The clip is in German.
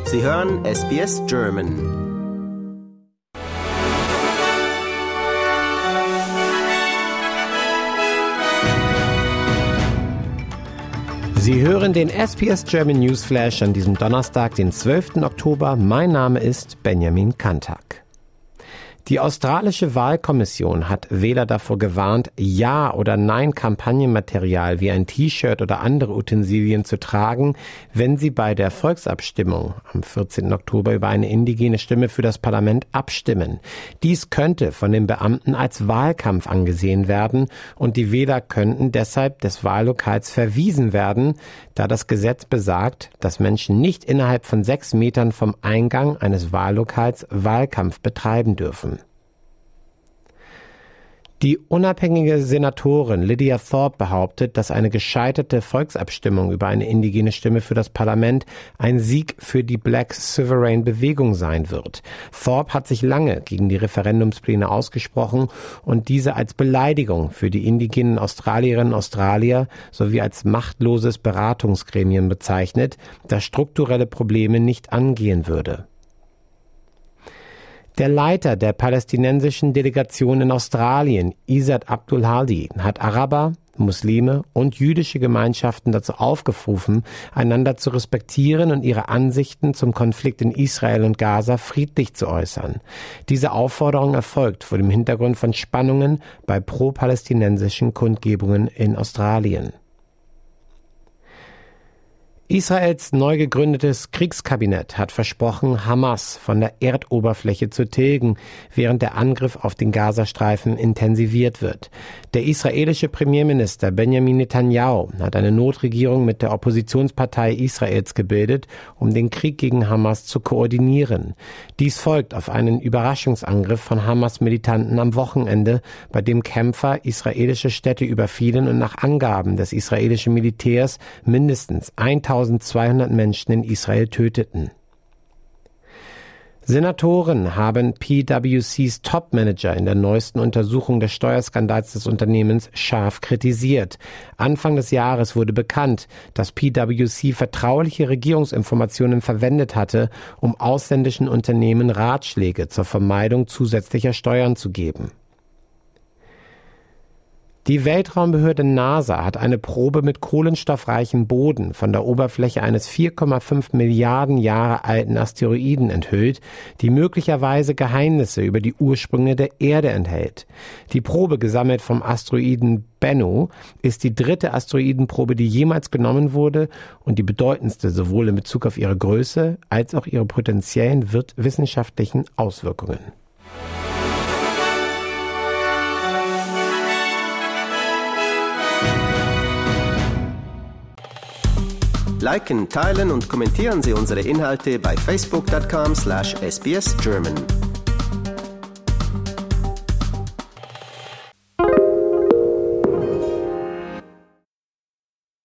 Sie hören SBS German. Sie hören den SBS German Newsflash an diesem Donnerstag, den 12. Oktober. Mein Name ist Benjamin Kantak. Die australische Wahlkommission hat Wähler davor gewarnt, Ja- oder Nein-Kampagnenmaterial wie ein T-Shirt oder andere Utensilien zu tragen, wenn sie bei der Volksabstimmung am 14. Oktober über eine indigene Stimme für das Parlament abstimmen. Dies könnte von den Beamten als Wahlkampf angesehen werden und die Wähler könnten deshalb des Wahllokals verwiesen werden, da das Gesetz besagt, dass Menschen nicht innerhalb von 6 Metern vom Eingang eines Wahllokals Wahlkampf betreiben dürfen. Die unabhängige Senatorin Lydia Thorpe behauptet, dass eine gescheiterte Volksabstimmung über eine indigene Stimme für das Parlament ein Sieg für die Black Sovereign-Bewegung sein wird. Thorpe hat sich lange gegen die Referendumspläne ausgesprochen und diese als Beleidigung für die indigenen Australierinnen und Australier sowie als machtloses Beratungsgremium bezeichnet, das strukturelle Probleme nicht angehen würde. Der Leiter der palästinensischen Delegation in Australien, Izzat Abdul Hadi, hat Araber, Muslime und jüdische Gemeinschaften dazu aufgerufen, einander zu respektieren und ihre Ansichten zum Konflikt in Israel und Gaza friedlich zu äußern. Diese Aufforderung erfolgt vor dem Hintergrund von Spannungen bei pro-palästinensischen Kundgebungen in Australien. Israels neu gegründetes Kriegskabinett hat versprochen, Hamas von der Erdoberfläche zu tilgen, während der Angriff auf den Gazastreifen intensiviert wird. Der israelische Premierminister Benjamin Netanyahu hat eine Notregierung mit der Oppositionspartei Israels gebildet, um den Krieg gegen Hamas zu koordinieren. Dies folgt auf einen Überraschungsangriff von Hamas-Militanten am Wochenende, bei dem Kämpfer israelische Städte überfielen und nach Angaben des israelischen Militärs mindestens 1200 Menschen in Israel töteten. Senatoren haben PwCs Topmanager in der neuesten Untersuchung des Steuerskandals des Unternehmens scharf kritisiert. Anfang des Jahres wurde bekannt, dass PwC vertrauliche Regierungsinformationen verwendet hatte, um ausländischen Unternehmen Ratschläge zur Vermeidung zusätzlicher Steuern zu geben. Die Weltraumbehörde NASA hat eine Probe mit kohlenstoffreichem Boden von der Oberfläche eines 4,5 Milliarden Jahre alten Asteroiden enthüllt, die möglicherweise Geheimnisse über die Ursprünge der Erde enthält. Die Probe, gesammelt vom Asteroiden Bennu, ist die 3. Asteroidenprobe, die jemals genommen wurde und die bedeutendste sowohl in Bezug auf ihre Größe als auch ihre potenziellen wissenschaftlichen Auswirkungen. Liken, teilen und kommentieren Sie unsere Inhalte bei facebook.com/sbsgerman.